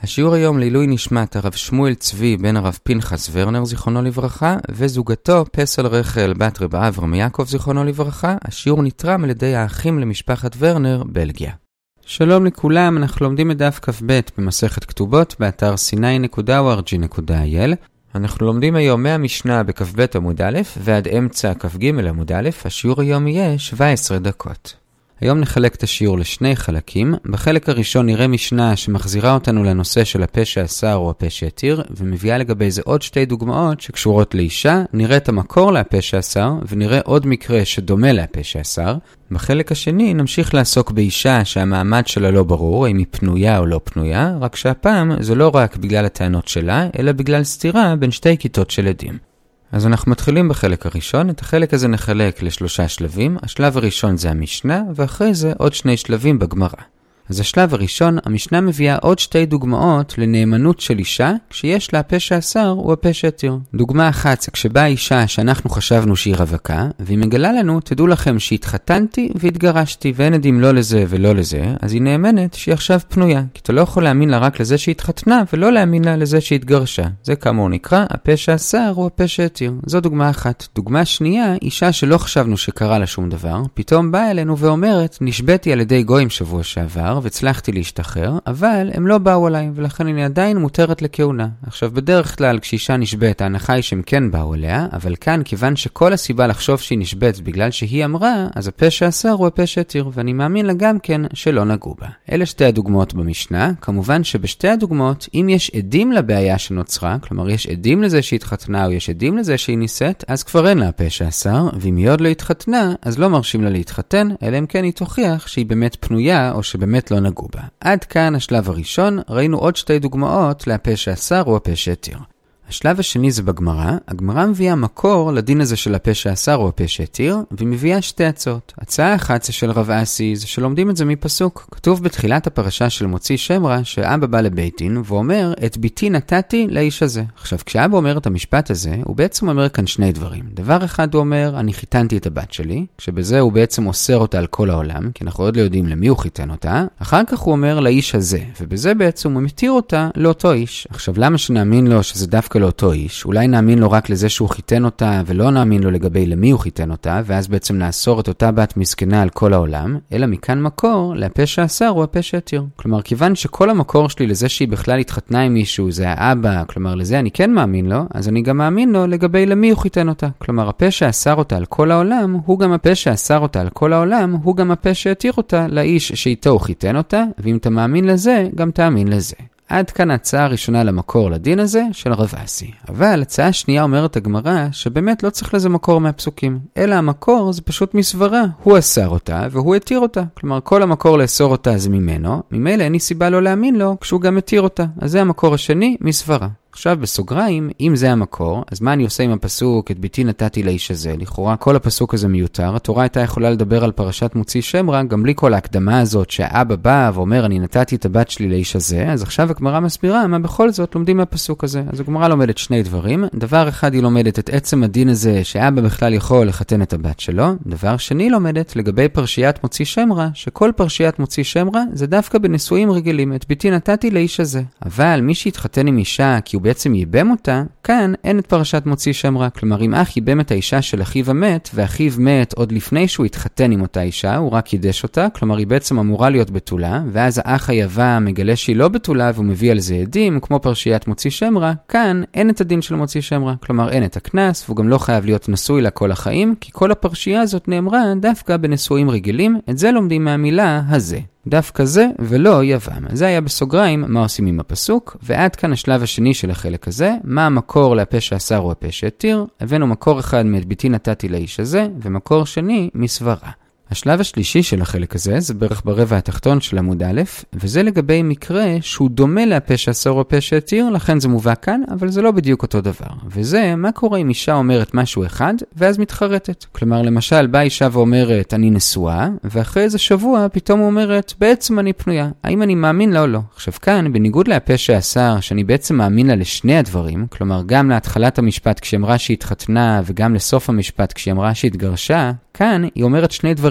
השיעור היום לעילוי נשמת הרב שמואל צבי בן הרב פנחס ורנר זיכרונו לברכה וזוגתו פסל רחל בת רב אברהם יעקב זיכרונו לברכה. השיעור נתרם על ידי האחים למשפחת ורנר, בלגיה. שלום לכולם, אנחנו לומדים את דף כ"ב במסכת כתובות באתר sinai.org.il. אנחנו לומדים היום מהמשנה בכ"ב עמוד א' ועד אמצע כ"ג עמוד א'. השיעור היום יהיה 17 דקות. היום נחלק את השיעור לשני חלקים. בחלק הראשון נראה משנה שמחזירה אותנו לנושא של הפה שאסר או הפה שהתיר, ומביאה לגבי זה עוד שתי דוגמאות שקשורות לאישה. נראה את המקור להפה שאסר, ונראה עוד מקרה שדומה להפה שאסר. בחלק השני נמשיך לעסוק באישה שהמעמד שלה לא ברור, אם היא פנויה או לא פנויה, רק שהפעם זה לא רק בגלל הטענות שלה, אלא בגלל סתירה בין שתי כיתות של עדים. אז אנחנו מתחילים בחלק הראשון. את החלק הזה נחלק לשלושה שלבים. השלב הראשון זה המשנה, ואחרי זה עוד שני שלבים בגמרא. אז השלב הראשון, המשנה מביאה עוד שתי דוגמאות לנאמנות של אישה, כשיש לה הפה שאסר הוא הפה שהתיר. דוגמה אחת זה כשבאה אישה שאנחנו חשבנו שהיא רווקה, והיא מגלה לנו, תדעו לכם שהתחתנתי והתגרשתי, ואין עדים לא לזה ולא לזה, אז היא נאמנת שהיא עכשיו פנויה, כי אתה לא יכול להאמין לה רק לזה שהתחתנה, ולא להאמין לה לזה שהתגרשה. זה כאמור נקרא, הפה שאסר הוא הפה שהתיר. זו דוגמה אחת. דוגמה שנייה, אישה שלא חשבנו שקרה לה שום דבר, פתאום באה אלינו ואומרת, נשבתי על ידי גויים שבוע שעבר, והצלחתי להשתחרר, אבל הם לא באו עליי, ולכן אני עדיין מותרת לכהונה. עכשיו, בדרך כלל, כשאישה נשבט, ההנחה היא שהם כן באו אליה, אבל כאן, כיוון שכל הסיבה לחשוב שהיא נשבט בגלל שהיא אמרה, אז הפה שאסר הוא הפה שהתיר, ואני מאמין לה גם כן שלא נגעו בה. אלה שתי הדוגמאות במשנה. כמובן שבשתי הדוגמאות, אם יש עדים לבעיה שנוצרה, כלומר יש עדים לזה שהתחתנה, או יש עדים לזה שהיא נישאת, אז כבר אין לה הפה שאסר, ואם היא עוד לא התחתנה, אז לא מרשים לה להתחתן, אלא אם כן היא תוכיח שהיא באמת פנויה, או שבאמת לא נגעו בה. עד כאן השלב הראשון. ראינו עוד שתי דוגמאות להפה שאסר או הפה שהתיר. השלב השני זה בגמרא. הגמרא מביאה מקור לדין הזה של הפה שאסר או הפה שהתיר, והיא מביאה שתי הצעות. הצעה אחת זה של רב אסי, זה שלומדים את זה מפסוק. כתוב בתחילת הפרשה של מוציא שם רע, שאבא בא לבית דין ואומר, את ביתי נתתי לאיש הזה. עכשיו, כשאבא אומר את המשפט הזה, הוא בעצם אומר כאן שני דברים. דבר אחד הוא אומר, אני חיתנתי את הבת שלי, כשבזה הוא בעצם אוסר אותה על כל העולם, כי אנחנו עוד לא יודעים למי הוא חיתן אותה. אחר כך הוא אומר לאיש הזה, ובזה בעצם הוא מתיר אותה לאותו איש. עכשיו, למה שנאמין לו שזה דווקא לאותו איש? אולי נאמין לו רק לזה שהוא חיתן אותה, ולא נאמין לו לגבי למי הוא חיתן אותה, ואז בעצם נאסור את אותה בת מסכנה על כל העולם, אלא מכאן מקור להפה שאסר הוא הפה שהתיר. כלומר, כיוון שכל המקור שלי לזה שהיא בכלל התחתנה עם מישהו, זה האבא, כלומר לזה אני כן מאמין לו, אז אני גם מאמין לו לגבי למי הוא חיתן אותה. כלומר, הפה שאסר אותה על כל העולם, הוא גם הפה שאסר אותה על כל העולם, הוא גם הפה שהתיר אותה לאיש שאיתו הוא חיתן אותה, ואם אתה מאמין לזה, גם תאמין לזה. עד כאן ההצעה הראשונה למקור לדין הזה של רב אסי. אבל הצעה שנייה אומרת הגמרא שבאמת לא צריך לזה מקור מהפסוקים, אלא המקור זה פשוט מסברה. הוא אסר אותה והוא התיר אותה. כלומר, כל המקור לאסור אותה זה ממנו, ממילא אין לי סיבה לא להאמין לו כשהוא גם התיר אותה. אז זה המקור השני, מסברה. עכשיו בסוגריים, אם זה המקור, אז מה אני עושה עם הפסוק, את ביתי נתתי לאיש הזה? לכאורה כל הפסוק הזה מיותר. התורה הייתה יכולה לדבר על פרשת מוציא שם רע, גם בלי כל ההקדמה הזאת שהאבא בא ואומר, אני נתתי את הבת שלי לאיש הזה. אז עכשיו הגמרא מסבירה מה בכל זאת לומדים מהפסוק הזה. אז הגמרא לומדת שני דברים. דבר אחד היא לומדת את עצם הדין הזה שאבא בכלל יכול לחתן את הבת שלו. דבר שני לומדת לגבי פרשיית מוציא שם רע, שכל פרשיית מוציא שם רע זה דווקא בנישואים רגילים. את ביתי נתתי לאיש הזה. אבל מי שהתחתן עם אישה כי הוא בעצם ייבם אותה, כאן אין את פרשת מוציא שם רע. כלומר, אם אח ייבם את האישה של אחיו המת, ואחיו מת עוד לפני שהוא התחתן עם אותה אישה, הוא רק יידש אותה, כלומר היא בעצם אמורה להיות בתולה, ואז האח היבא מגלה שהיא לא בתולה, והוא מביא על זה עדים, כמו פרשיית מוציא שם רע. כאן אין את הדין של מוציא שם רע, כלומר אין את הכנס, והוא גם לא חייב להיות נשוי לה כל החיים, כי כל הפרשייה הזאת נאמרה דווקא בנישואים רגילים. את זה לומדים מהמילה הזה. דווקא זה ולא יבם. זה היה בסוגריים מה עושים עם הפסוק, ועד כאן השלב השני של החלק הזה, מה המקור להפה שאסר או הפה שהתיר. הבאנו מקור אחד מאת ביתי נתתי לאיש הזה, ומקור שני מסברה. השלב השלישי של החלק הזה זה בערך ברבע התחתון של עמוד א', וזה לגבי מקרה שהוא דומה להפה שאסר או הפה שהתיר, לכן זה מובא כאן, אבל זה לא בדיוק אותו דבר. וזה מה קורה אם אישה אומרת משהו אחד ואז מתחרטת. כלומר, למשל באה אישה ואומרת אני נשואה, ואחרי איזה שבוע פתאום אומרת בעצם אני פנויה. האם אני מאמין לה או לא? עכשיו כאן, בניגוד להפה שאסר, שאני בעצם מאמין לה לשני הדברים, כלומר גם להתחלת המשפט כשאמרה שהיא התחתנה וגם לסוף המשפט כשאמרה שהיא התגרשה, כאן היא אומרת שני דברים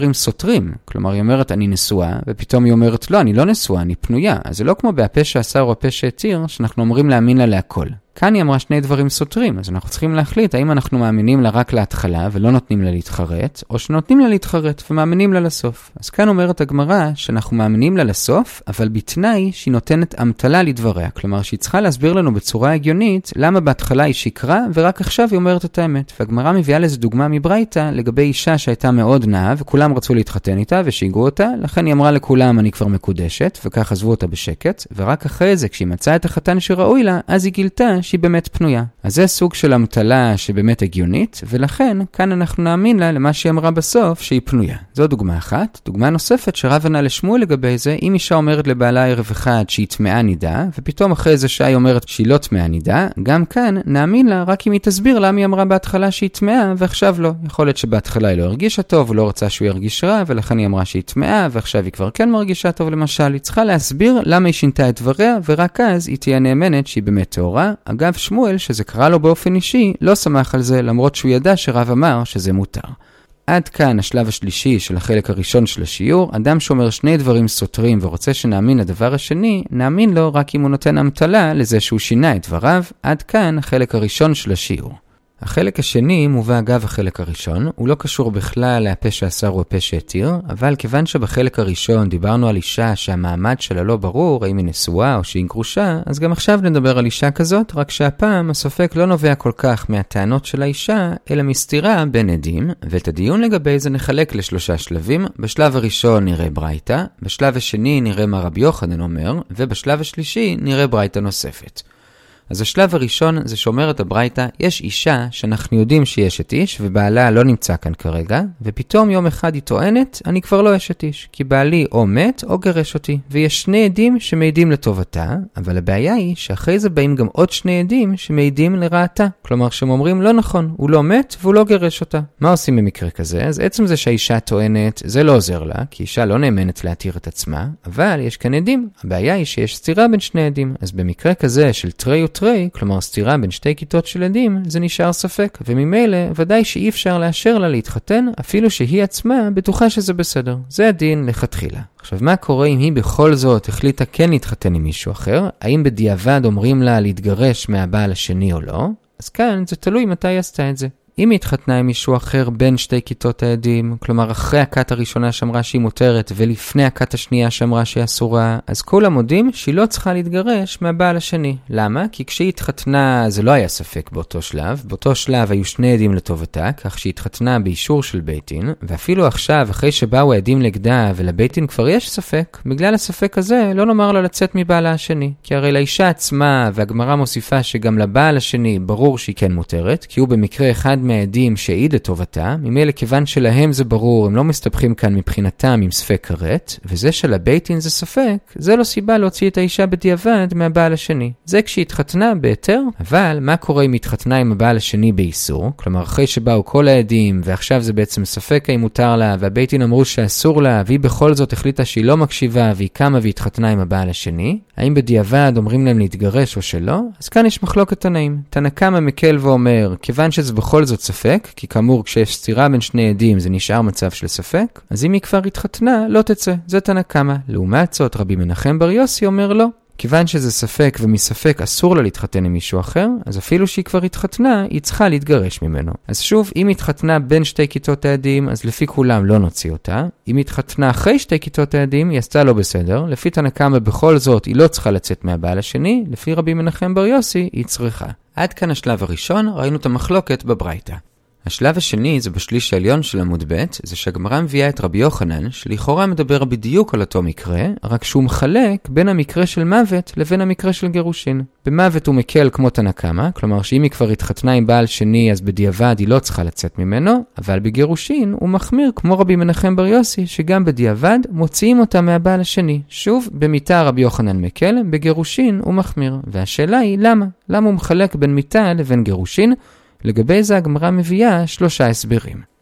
דברים סותרים. כלומר, היא אומרת, אני נשואה, ופתאום היא אומרת, לא, אני לא נשואה, אני פנויה. אז זה לא כמו בהפה שאסר או הפה שהתיר, שאנחנו אומרים להאמין לה להכל. כאן היא אמרה שני דברים סותרים, אז אנחנו צריכים להחליט האם אנחנו מאמינים לה רק להתחלה ולא נותנים לה להתחרט, או שנותנים לה להתחרט ומאמינים לה לסוף. אז כאן אומרת הגמרא שאנחנו מאמינים לה לסוף, אבל בתנאי שהיא נותנת אמתלה לדבריה. כלומר, שהיא צריכה להסביר לנו בצורה הגיונית למה בהתחלה היא שקרה ורק עכשיו היא אומרת את האמת. והגמרא מביאה לזה דוגמה מברייתא לגבי אישה שהייתה מאוד נאה וכולם רצו להתחתן איתה ושיגעו אותה, לכן היא אמרה לכולם אני כבר מקודשת, וכך עזבו אותה בשקט, ורק אחרי זה כשהיא מצאה את החתן שראוי לה, אז היא גילתה שהיא באמת פנויה. אז זה סוג של אמתלה שבאמת הגיונית, ולכן כאן אנחנו נאמין לה למה שהיא אמרה בסוף שהיא פנויה. זו דוגמה אחת. דוגמה נוספת שרב ענה לשמואל לגבי זה, אם אישה אומרת לבעלה ערב אחד שהיא טמאה נידה, ופתאום אחרי זה שהיא אומרת שהיא לא טמאה נידה, גם כאן נאמין לה רק אם היא תסביר למה היא אמרה בהתחלה שהיא טמאה ועכשיו לא. יכול להיות שבהתחלה היא לא הרגישה טוב, ולא רצה שהוא ירגיש רע, ולכן היא אמרה שהיא טמאה, ועכשיו היא כבר כן מרגישה טוב למשל. היא צריכה להסביר למה היא שינתה את דבריה, ורק אז היא תהיה נאמנת שהיא באמת טהורה. אגב, שמואל, שזה קרה לו באופן אישי, לא שמח על זה, למרות שהוא ידע שרב אמר שזה מותר. עד כאן השלב השלישי של החלק הראשון של השיעור. אדם שאומר שני דברים סותרים ורוצה שנאמין לדבר השני, נאמין לו רק אם הוא נותן אמתלה לזה שהוא שינה את דבריו. עד כאן החלק הראשון של השיעור. החלק השני מובא אגב החלק הראשון, הוא לא קשור בכלל להפה שאסר או הפה שהתיר, אבל כיוון שבחלק הראשון דיברנו על אישה שהמעמד שלה לא ברור, האם היא נשואה או שהיא גרושה, אז גם עכשיו נדבר על אישה כזאת, רק שהפעם הספק לא נובע כל כך מהטענות של האישה, אלא מסתירה בין עדים, ואת הדיון לגבי זה נחלק לשלושה שלבים. בשלב הראשון נראה ברייתא, בשלב השני נראה מה רבי יוחנן אומר, ובשלב השלישי נראה ברייתא נוספת. אז השלב הראשון זה שאומרת הברייתא, יש אישה שאנחנו יודעים שהיא אשת איש, ובעלה לא נמצא כאן כרגע, ופתאום יום אחד היא טוענת, אני כבר לא אשת איש, כי בעלי או מת או גרש אותי. ויש שני עדים שמעידים לטובתה, אבל הבעיה היא שאחרי זה באים גם עוד שני עדים שמעידים לרעתה. כלומר, שהם אומרים לא נכון, הוא לא מת והוא לא גרש אותה. מה עושים במקרה כזה? אז עצם זה שהאישה טוענת, זה לא עוזר לה, כי אישה לא נאמנת להתיר את עצמה, אבל יש כאן עדים. הבעיה היא שיש סתירה בין שני עדים. אז במקרה כזה של טרי ותרי, כלומר סתירה בין שתי כיתות של עדים, זה נשאר ספק, וממילא ודאי שאי אפשר לאשר לה להתחתן, אפילו שהיא עצמה בטוחה שזה בסדר. זה הדין לכתחילה. עכשיו, מה קורה אם היא בכל זאת החליטה כן להתחתן עם מישהו אחר? האם בדיעבד אומרים לה להתגרש מהבעל השני או לא? אז כאן זה תלוי מתי היא עשתה את זה. אם היא התחתנה עם מישהו אחר בין שתי כיתות העדים, כלומר אחרי הכת הראשונה שאמרה שהיא מותרת ולפני הכת השנייה שאמרה שהיא אסורה, אז כולם מודים שהיא לא צריכה להתגרש מהבעל השני. למה? כי כשהיא התחתנה זה לא היה ספק באותו שלב. באותו שלב היו שני עדים לטובתה, כך שהיא התחתנה באישור של בית דין, ואפילו עכשיו, אחרי שבאו העדים לגדה ולבית דין כבר יש ספק, בגלל הספק הזה לא נאמר לה לצאת מבעלה השני. כי הרי לאישה עצמה, והגמרא מוסיפה שגם לבעל השני ברור שהיא כן מותרת, כי הוא במקרה אחד מהעדים שהעיד לטובתה, ממילא כיוון שלהם זה ברור, הם לא מסתבכים כאן מבחינתם עם ספק כרת, וזה של הבית דין זה ספק, זה לא סיבה להוציא את האישה בדיעבד מהבעל השני. זה כשהיא התחתנה בהיתר, אבל מה קורה אם היא התחתנה עם הבעל השני באיסור? כלומר, אחרי שבאו כל העדים, ועכשיו זה בעצם ספק האם מותר לה, והבית דין אמרו שאסור לה, והיא בכל זאת החליטה שהיא לא מקשיבה, והיא קמה והתחתנה עם הבעל השני, האם בדיעבד אומרים להם להתגרש או שלא? אז כאן יש מחלוקת תנאים. תנא קמא מקל ואומר, כיוון שזה בכל זאת ספק, כי כאמור כשיש סתירה בין שני עדים זה נשאר מצב של ספק, אז אם היא כבר התחתנה לא תצא. זה תנא קמא. לעומת זאת רבי מנחם בר יוסי אומר לא. כיוון שזה ספק ומספק אסור לה להתחתן עם מישהו אחר, אז אפילו שהיא כבר התחתנה, היא צריכה להתגרש ממנו. אז שוב, אם היא התחתנה בין שתי כיתות העדים, אז לפי כולם לא נוציא אותה. אם היא התחתנה אחרי שתי כיתות העדים, היא עשתה לא בסדר. לפי תנא קמא בכל זאת, היא לא צריכה לצאת מהבעל השני. לפי רבי מנחם בר יוסי, היא צריכה. עד כאן השלב הראשון, ראינו את המחלוקת בברייתא. השלב השני זה בשליש העליון של עמוד ב', זה שהגמרא מביאה את רבי יוחנן, שלכאורה מדבר בדיוק על אותו מקרה, רק שהוא מחלק בין המקרה של מוות לבין המקרה של גירושין. במוות הוא מקל כמו תנא קמא, כלומר שאם היא כבר התחתנה עם בעל שני אז בדיעבד היא לא צריכה לצאת ממנו, אבל בגירושין הוא מחמיר כמו רבי מנחם בר יוסי, שגם בדיעבד מוציאים אותה מהבעל השני. שוב, במיתה רבי יוחנן מקל, בגירושין הוא מחמיר. והשאלה היא למה? למה הוא מחלק בין מיתה לבין גירושין? לגבי זה הגמרא מביאה 3 הסברים.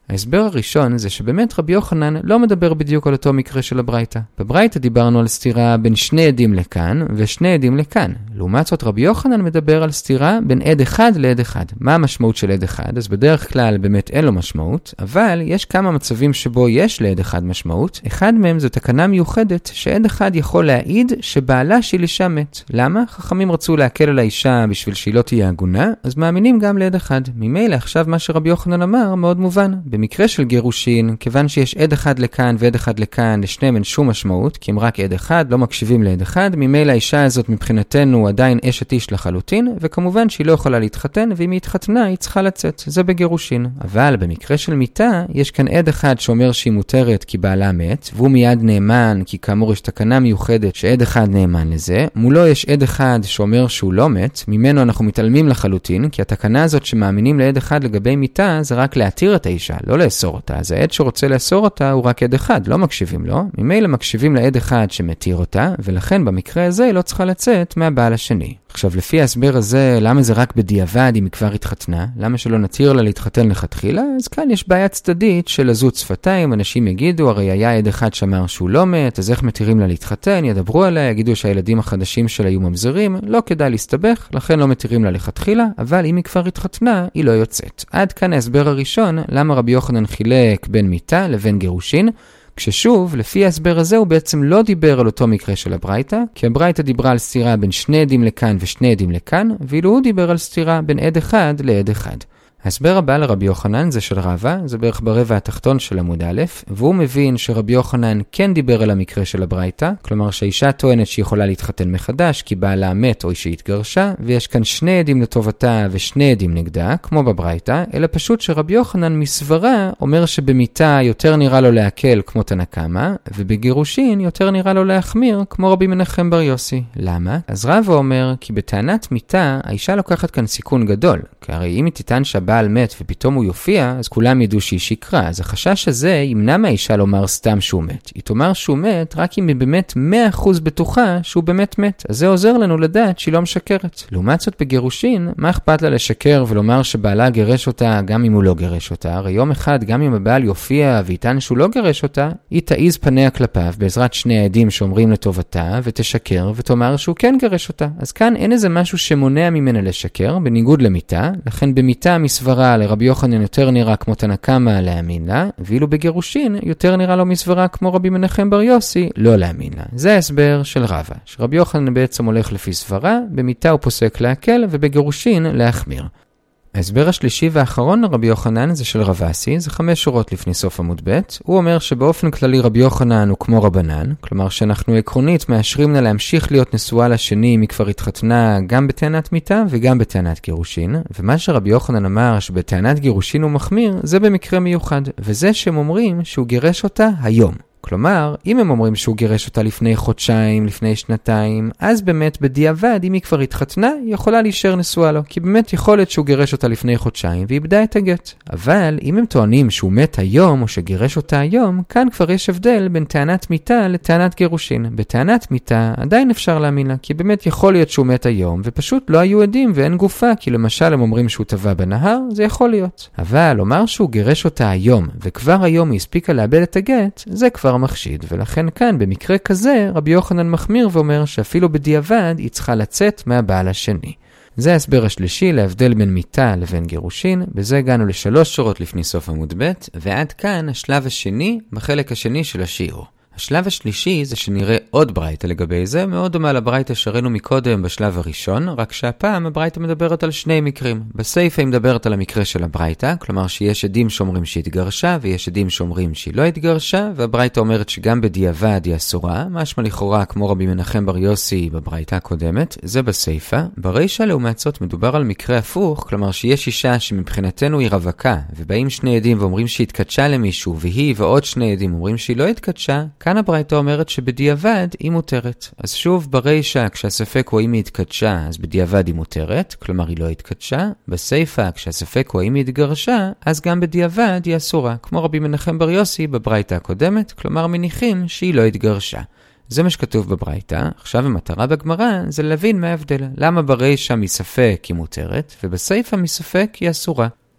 ההסבר הראשון זה שבאמת רבי יוחנן לא מדבר בדיוק על אותו מקרה של הברייתא. בברייתא דיברנו על סתירה בין שני עדים לכאן ושני עדים לכאן. לעומת זאת רבי יוחנן מדבר על סתירה בין עד אחד לעד אחד. מה המשמעות של עד אחד? אז בדרך כלל באמת אין לו משמעות, אבל יש כמה מצבים שבו יש לעד אחד משמעות. אחד מהם זו תקנה מיוחדת שעד אחד יכול להעיד שבעלה של אישה מת. למה? חכמים רצו להקל על האישה בשביל שהיא לא תהיה עגונה, אז מאמינים גם לעד אחד. ממילא עכשיו מה שרבי יוחנן אמר מאוד מובן. במקרה של גירושין, כיוון שיש עד אחד לכאן ועד אחד לכאן, לשניהם אין שום משמעות, כי אם רק עד אחד, לא מקשיבים לעד אחד, ממילא האישה הזאת מבחינתנו עדיין אשת איש לחלוטין, וכמובן שהיא לא יכולה להתחתן, ואם היא התחתנה, היא צריכה לצאת. זה בגירושין. אבל במקרה של מיתה, יש כאן עד אחד שאומר שהיא מותרת כי בעלה מת, והוא מיד נאמן, כי כאמור יש תקנה מיוחדת שעד אחד נאמן לזה. מולו יש עד אחד שאומר שהוא לא מת, ממנו אנחנו מתעלמים לחלוטין, כי התקנה הזאת שמאמינים לעד אחד לגבי מיתה, זה רק להתיר את האישה, לא לאסור אותה. אז העד שרוצה לאסור אותה הוא רק עד אחד, לא מקשיבים לו. ממילא מקשיבים לעד אחד שמתיר אותה, ולכן במקרה הזה היא לא צריכה לצאת מהבעל השני. עכשיו, לפי ההסבר הזה, למה זה רק בדיעבד אם היא כבר התחתנה? למה שלא נתיר לה להתחתן לכתחילה? אז כאן יש בעיה צדדית של לזות שפתיים, אנשים יגידו, הרי היה עד אחד שאמר שהוא לא מת, אז איך מתירים לה להתחתן? ידברו עליה, יגידו שהילדים החדשים שלה יהיו ממזרים, לא כדאי להסתבך, לכן לא מתירים לה לכתחילה, אבל אם היא כבר התחתנה, היא לא יוצאת. עד כאן ההסבר הראשון, למה רבי יוחנן חילק בין מיתה לבין גירושין, כששוב, לפי ההסבר הזה הוא בעצם לא דיבר על אותו מקרה של הברייתא, כי הברייתא דיברה על סתירה בין שני עדים לכאן ושני עדים לכאן, ואילו הוא דיבר על סתירה בין עד אחד לעד אחד. ההסבר הבא לרבי יוחנן זה של רבא, זה בערך ברבע התחתון של עמוד א', והוא מבין שרבי יוחנן כן דיבר על המקרה של הברייתא, כלומר שהאישה טוענת שהיא יכולה להתחתן מחדש כי בעלה מת או שהיא התגרשה, ויש כאן שני עדים לטובתה ושני עדים נגדה, כמו בברייתא, אלא פשוט שרבי יוחנן מסברה אומר שבמיתה יותר נראה לו להקל כמו תנא קמא, ובגירושין יותר נראה לו להחמיר כמו רבי מנחם בר יוסי. למה? אז רבא אומר כי בטענת מיתה האישה לוקחת כאן סיכון גדול, כי הרי אם היא תטען שהבעל מת ופתאום הוא יופיע, אז כולם ידעו שהיא שקרה. אז החשש הזה ימנע מהאישה לומר סתם שהוא מת. היא תאמר שהוא מת רק אם היא באמת 100% בטוחה שהוא באמת מת. אז זה עוזר לנו לדעת שהיא לא משקרת. לעומת זאת בגירושין, מה אכפת לה לשקר ולומר שבעלה גרש אותה גם אם הוא לא גרש אותה? הרי יום אחד גם אם הבעל יופיע ויטען שהוא לא גרש אותה, היא תעיז פניה כלפיו בעזרת שני העדים שאומרים לטובתה ותשקר ותאמר שהוא כן גרש אותה. אז כאן אין איזה משהו שמונע ממנה לשקר, בניגוד למיתה. לכן במיתה מסברה לרבי יוחנן יותר נראה כמו תנא קמא להאמין לה, ואילו בגירושין יותר נראה לו מסברה כמו רבי מנחם בר יוסי לא להאמין לה. זה ההסבר של רבא, שרבי יוחנן בעצם הולך לפי סברה, במיתה הוא פוסק להקל ובגירושין להחמיר. ההסבר השלישי והאחרון לרבי יוחנן זה של רב אסי, זה 5 שורות לפני סוף עמוד ב'. הוא אומר שבאופן כללי רבי יוחנן הוא כמו רבנן, כלומר שאנחנו עקרונית מאשרים לה להמשיך להיות נשואה לשני אם היא כבר התחתנה גם בטענת מיתה וגם בטענת גירושין, ומה שרבי יוחנן אמר שבטענת גירושין הוא מחמיר זה במקרה מיוחד, וזה שהם אומרים שהוא גירש אותה היום. כלומר, אם הם אומרים שהוא גירש אותה לפני חודשיים, לפני שנתיים, אז באמת בדיעבד, אם היא כבר התחתנה, היא יכולה להישאר נשואה לו, כי באמת יכול להיות שהוא גירש אותה לפני חודשיים, ואיבדה את הגט. אבל אם הם טוענים שהוא מת היום, או שגירש אותה היום, כאן כבר יש הבדל בין טענת מיתה לטענת גירושין. בטענת מיתה עדיין אפשר להאמין לה, כי באמת יכול להיות שהוא מת היום, ופשוט לא היו עדים ואין גופה, כי למשל הם אומרים שהוא טבע בנהר, זה יכול להיות. אבל לומר שהוא גירש אותה היום, וכבר היום היא הספיקה לאבד את הגט, זה כבר מחשיד, ולכן כאן במקרה כזה רבי יוחנן מחמיר ואומר שאפילו בדיעבד היא צריכה לצאת מהבעל השני. זה ההסבר השלישי להבדל בין מיתה לבין גירושין. בזה הגענו ל3 שורות לפני סוף עמוד ב', ועד כאן השלב השני בחלק השני של השיעור. השלב השלישי זה שנראה עוד ברייתא לגבי זה, מאוד דומה לברייתא שראינו מקודם בשלב הראשון, רק שהפעם הברייתא מדברת על שני מקרים. בסייפה היא מדברת על המקרה של הברייתא, כלומר שיש עדים שאומרים שהיא התגרשה, ויש עדים שאומרים שהיא לא התגרשה, והברייתא אומרת שגם בדיעבד היא אסורה, משמע לכאורה כמו רבי מנחם בר יוסי בברייתא הקודמת, זה בסייפה. ברישא לעומת זאת מדובר על מקרה הפוך, כלומר שיש אישה שמבחינתנו היא רווקה, ובאים שני עדים ואומרים שהיא התקדשה למישהו, והיא ועוד שני עדים אומרים שהיא לא התקדשה, כאן הברייתא אומרת שבדיעבד היא מותרת. אז שוב ברישא כשהספק הוא האם היא התקדשה, אז בדיעבד היא מותרת, כלומר היא לא התקדשה. בסייפה כשהספק הוא האם היא התגרשה, אז גם בדיעבד היא אסורה, כמו רבי מנחם בר יוסי בברייתא הקודמת, כלומר מניחים שהיא לא התגרשה. זה מה שכתוב בברייתא. עכשיו המטרה בגמרא זה להבין מה ההבדל. למה ברישא מספק היא מותרת, ובסייפה מספק היא אסורה.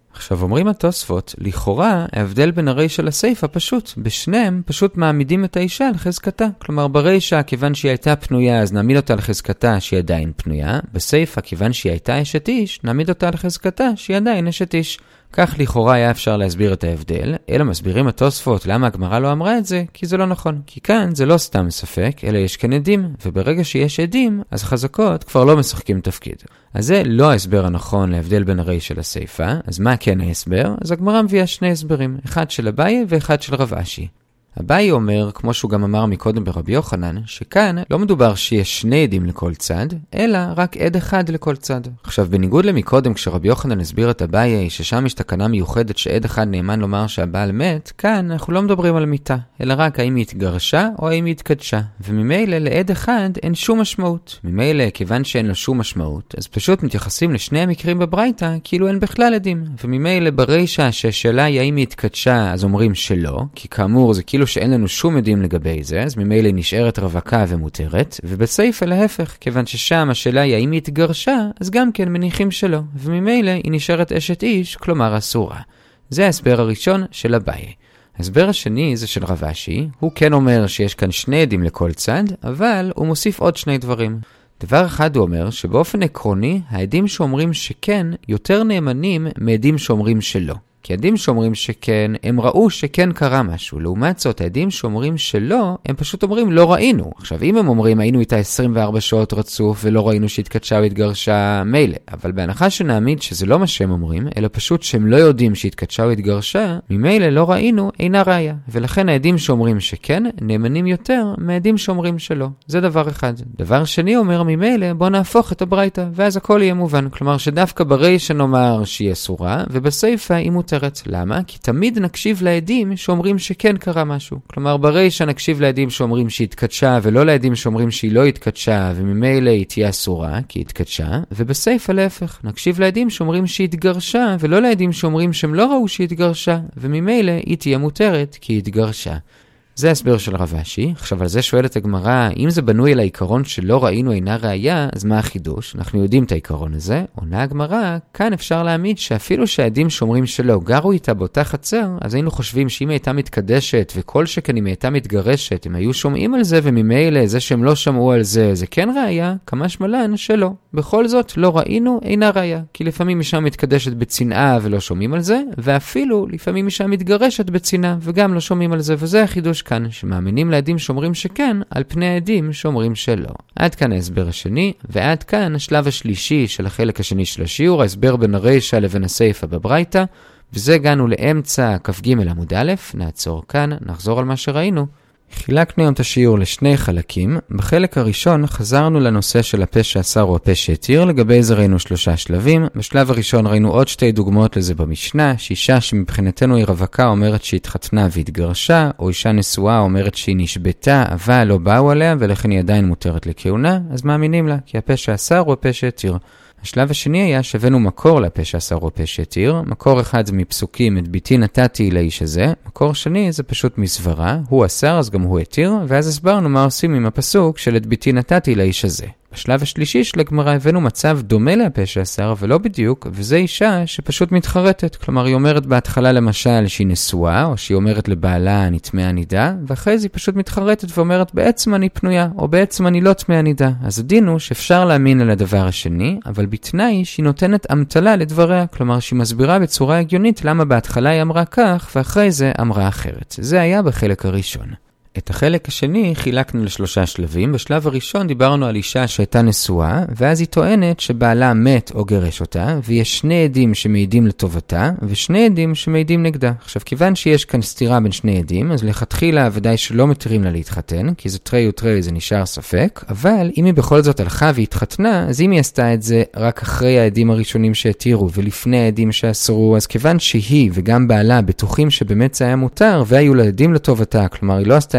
עכשיו אומרים התוספות, לכאורה ההבדל בין הרישה לסייפה פשוט, בשניהם פשוט מעמידים את האישה על חזקתה. כלומר ברישה כיוון שהיא הייתה פנויה אז נעמיד אותה על חזקתה שהיא עדיין פנויה, בסייפה כיוון שהיא הייתה אשת איש נעמיד אותה על חזקתה שהיא עדיין אשת איש. כך לכאורה היה אפשר להסביר את ההבדל, אלא מסבירים התוספות למה הגמרא לא אמרה את זה, כי זה לא נכון. כי כאן זה לא סתם ספק, אלא יש כאן עדים, וברגע שיש עדים, אז חזקות כבר לא משחקים תפקיד. אז זה לא ההסבר הנכון להבדל בין הרישה לסייפה, אז מה כן ההסבר? אז הגמרא מביאה שני הסברים, אחד של אביי ואחד של רב אשי. אביי אומר, כמו שהוא גם אמר מקודם ברבי יוחנן, שכאן לא מדובר שיש שני עדים לכל צד, אלא רק עד אחד לכל צד. עכשיו, בניגוד למקודם, כשרבי יוחנן הסביר את אביי, ששם יש תקנה מיוחדת שעד אחד נאמן לומר שהבעל מת, כאן אנחנו לא מדברים על מיתה, אלא רק האם היא התגרשה או האם היא התקדשה. וממילא לעד אחד אין שום משמעות. ממילא, כיוון שאין לו שום משמעות, אז פשוט מתייחסים לשני המקרים בברייתא, כאילו אין בכלל עדים. וממילא ברישה שהשאלה היא האם היא התקדשה, אז אומרים שלא, כי כאמור זה כאילו שאין לנו שום עדים לגבי זה, אז ממילא היא נשארת רווקה ומותרת, ובסייפה להפך, כיוון ששם השאלה היא האם היא התגרשה, אז גם כן מניחים שלא, וממילא היא נשארת אשת איש, כלומר אסורה. זה ההסבר הראשון של אביי. ההסבר השני זה של רב אשי, הוא כן אומר שיש כאן שני עדים לכל צד, אבל הוא מוסיף עוד שני דברים. דבר אחד הוא אומר שבאופן עקרוני, העדים שאומרים שכן יותר נאמנים מעדים שאומרים שלא. כי העדים שאומרים שכן, הם ראו שכן קרה משהו. לעומת זאת, העדים שאומרים שלא, הם פשוט אומרים לא ראינו. עכשיו, אם הם אומרים היינו איתה 24 שעות רצוף ולא ראינו שהתקדשה או התגרשה, מילא. אבל בהנחה שנעמיד שזה לא מה שהם אומרים, אלא פשוט שהם לא יודעים שהתקדשה או התגרשה, ממילא לא ראינו אינה ראיה. ולכן העדים שאומרים שכן, נאמנים יותר מהעדים שאומרים שלא. זה דבר אחד. דבר שני אומר ממילא, בוא נהפוך את הברייתא, ואז הכל יהיה מובן. כלומר שדווקא ברישה נאמר שהיא אסורה, ובסייפה היא מותרת. למה? כי תמיד נקשיב לעדים שאומרים שכן קרה משהו. כלומר, ברישה נקשיב לעדים שאומרים שהיא התקדשה, ולא לעדים שאומרים שהיא לא התקדשה, וממילא היא תהיה אסורה, כי היא התקדשה, ובסייפה להפך. נקשיב לעדים שאומרים שהיא התגרשה, ולא לעדים שאומרים שהם לא ראו שהיא התגרשה, וממילא היא תהיה מותרת, כי היא התגרשה. זה ההסבר של רב אשי. עכשיו על זה שואלת הגמרא, אם זה בנוי על העיקרון שלא ראינו אינה ראיה, אז מה החידוש? אנחנו יודעים את העיקרון הזה. עונה הגמרא, כאן אפשר להעמיד שאפילו שהעדים שאומרים שלא גרו איתה באותה חצר, אז היינו חושבים שאם היא הייתה מתקדשת וכל שכן אם היא הייתה מתגרשת, הם היו שומעים על זה וממילא זה שהם לא שמעו על זה, זה כן ראיה, כמה שמלן שלא. בכל זאת לא ראינו אינה ראיה, כי לפעמים אישה מתקדשת בצנעה ולא שומעים על זה, ואפילו לפעמים אישה מתגרשת בצנעה וגם לא שומעים על זה, וזה החידוש כאן, שמאמינים לעדים שאומרים שכן, על פני העדים שאומרים שלא. עד כאן ההסבר השני, ועד כאן השלב השלישי של החלק השני של השיעור, ההסבר בין הרישה לבין הסייפה בברייתא, וזה הגענו לאמצע כ"ג עמוד א', נעצור כאן, נחזור על מה שראינו. חילקנו היום את השיעור לשני חלקים. בחלק הראשון חזרנו לנושא של הפה שאסר או הפה שהתיר, לגבי זה ראינו 3 שלבים. בשלב הראשון ראינו עוד 2 דוגמאות לזה במשנה, שאישה שמבחינתנו היא רווקה אומרת שהיא התחתנה והתגרשה, או אישה נשואה אומרת שהיא נשבתה אבל לא באו עליה ולכן היא עדיין מותרת לכהונה, אז מאמינים לה, כי הפה שאסר הוא הפה שהתיר. השלב השני היה שהבאנו מקור לפה שאסר או פה שהתיר. מקור אחד זה מפסוקים, את ביתי נתתי לאיש הזה. מקור שני זה פשוט מסברה, הוא אסר אז גם הוא התיר, ואז הסברנו מה עושים עם הפסוק של את ביתי נתתי לאיש הזה. בשלב השלישי של הגמרא הבאנו מצב דומה להפה שאסר, אבל לא בדיוק, וזה אישה שפשוט מתחרטת. כלומר, היא אומרת בהתחלה למשל שהיא נשואה, או שהיא אומרת לבעלה אני טמאה נידה, ואחרי זה היא פשוט מתחרטת ואומרת בעצם אני פנויה, או בעצם אני לא טמאה נידה. אז הדין הוא שאפשר להאמין על הדבר השני, אבל בתנאי שהיא נותנת אמתלה לדבריה, כלומר שהיא מסבירה בצורה הגיונית למה בהתחלה היא אמרה כך, ואחרי זה אמרה אחרת. זה היה בחלק הראשון. את החלק השני חילקנו ל3 שלבים. בשלב הראשון דיברנו על אישה שהייתה נשואה, ואז היא טוענת שבעלה מת או גרש אותה, ויש 2 עדים שמעידים לטובתה, ו2 עדים שמעידים נגדה. עכשיו, כיוון שיש כאן סתירה בין 2 עדים, אז לכתחילה ודאי שלא מתירים לה להתחתן, כי זה תרי ותרי, זה נשאר ספק, אבל אם היא בכל זאת הלכה והתחתנה, אז אם היא עשתה את זה רק אחרי העדים הראשונים שהתירו, ולפני העדים שאסרו, אז כיוון שהיא וגם בעלה בטוחים שבאמת זה היה מותר, והיו לה עדים לטובתה, כלומר היא לא עשתה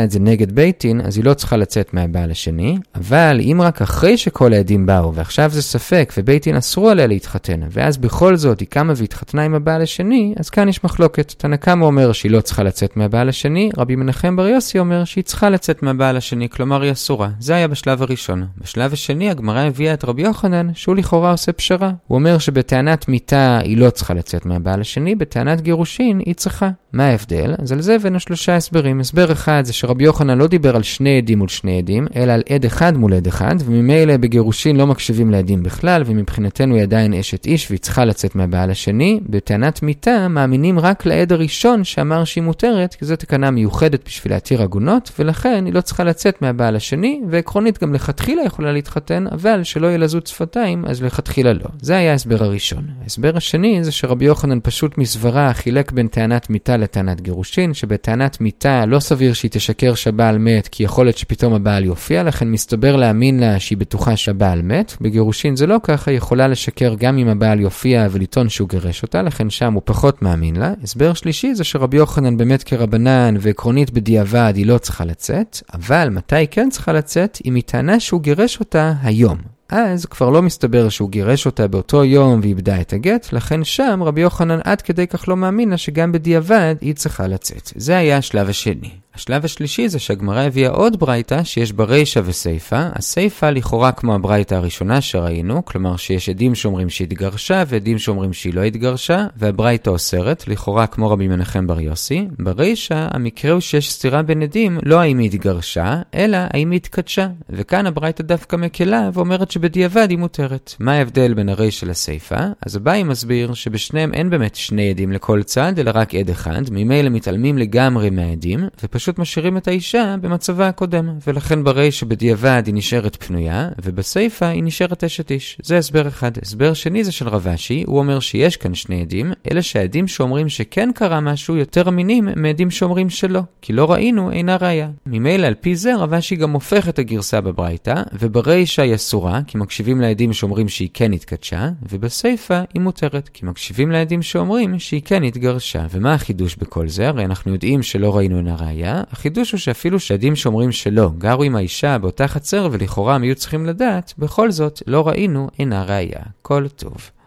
עושה את זה נגד בית דין, אז היא לא צריכה לצאת מהבעל השני, אבל אם רק אחרי שכל העדים באו, ועכשיו זה ספק, ובית דין אסרו עליה להתחתן, ואז בכל זאת היא קמה והתחתנה עם הבעל השני, אז כאן יש מחלוקת. תנא קמא אומר שהיא לא צריכה לצאת מהבעל השני, רבי מנחם בר יוסי אומר שהיא צריכה לצאת מהבעל השני, כלומר היא אסורה. זה היה בשלב הראשון. בשלב השני הגמרא הביאה את רבי יוחנן, שהוא לכאורה עושה פשרה. הוא אומר שבטענת מיתה היא לא צריכה לצאת מהבעל השני, בטענת גירושין היא צריכה. מה ההבדל? אז על זה הבאנו 3 הסברים. הסבר אחד זה שרבי יוחנן לא דיבר על 2 עדים מול 2 עדים, אלא על עד אחד מול עד אחד, וממילא בגירושין לא מקשיבים לעדים בכלל, ומבחינתנו היא עדיין אשת איש והיא צריכה לצאת מהבעל השני. בטענת מיתה מאמינים רק לעד הראשון שאמר שהיא מותרת, כי זו תקנה מיוחדת בשביל להתיר עגונות, ולכן היא לא צריכה לצאת מהבעל השני, ועקרונית גם לכתחילה יכולה להתחתן, אבל שלא יהיה לזות שפתיים, אז לכתחילה לא. זה היה ההסבר הראשון. ההסבר השני זה שרבי יוחנן פשוט מסברה חילק בין טענת מיתה לטענת גירושין, שבטענת מיתה לא סביר שהיא תשקר שהבעל מת, כי יכול להיות שפתאום הבעל יופיע, לכן מסתבר להאמין לה שהיא בטוחה שהבעל מת. בגירושין זה לא ככה, היא יכולה לשקר גם אם הבעל יופיע ולטעון שהוא גירש אותה, לכן שם הוא פחות מאמין לה. הסבר שלישי זה שרבי יוחנן באמת כרבנן ועקרונית בדיעבד היא לא צריכה לצאת, אבל מתי כן צריכה לצאת? אם היא טענה שהוא גירש אותה היום. אז כבר לא מסתבר שהוא גירש אותה באותו יום ואיבדה את הגט, לכן שם רבי יוחנן עד כדי כך לא מאמין לה שגם בדיעבד היא צריכה לצאת. זה היה השלב השני. השלב השלישי זה שהגמרא הביאה עוד ברייתא שיש בה רישא וסיפא. הסיפא לכאורה כמו הברייתא הראשונה שראינו, כלומר שיש עדים שאומרים שהיא התגרשה ועדים שאומרים שהיא לא התגרשה, והברייתא אוסרת, לכאורה כמו רבי מנחם בר יוסי. ברישא המקרה הוא שיש סתירה בין עדים, לא האם היא התגרשה, אלא האם היא התקדשה. וכאן הברייתא דווקא מקלה ואומרת שבדיעבד היא מותרת. מה ההבדל בין הרישא לסיפא? אז הבאי מסביר שבשניהם אין באמת 2 עדים לכל צד, אלא רק עד אחד, ממילא מתעלמים לגמרי מהעדים, פשוט משאירים את האישה במצבה הקודם, ולכן ברי שבדיעבד היא נשארת פנויה, ובסייפה היא נשארת אשת איש. זה הסבר אחד. הסבר שני זה של רב אשי, הוא אומר שיש כאן 2 עדים, אלה שהעדים שאומרים שכן קרה משהו יותר אמינים מעדים שאומרים שלא, כי לא ראינו אינה ראיה. ממילא על פי זה רב אשי גם הופך את הגרסה בברייתא, וברי שהיא אסורה, כי מקשיבים לעדים שאומרים שהיא כן התקדשה, ובסייפה היא מותרת, כי מקשיבים לעדים שאומרים שהיא כן התגרשה. ומה החידוש בכל זה? הרי אנחנו יודעים שלא ראינו אינה ראיה. החידוש הוא שאפילו שעדים שאומרים שלא, גרו עם האישה באותה חצר ולכאורה הם היו צריכים לדעת, בכל זאת לא ראינו אינה ראיה. כל טוב.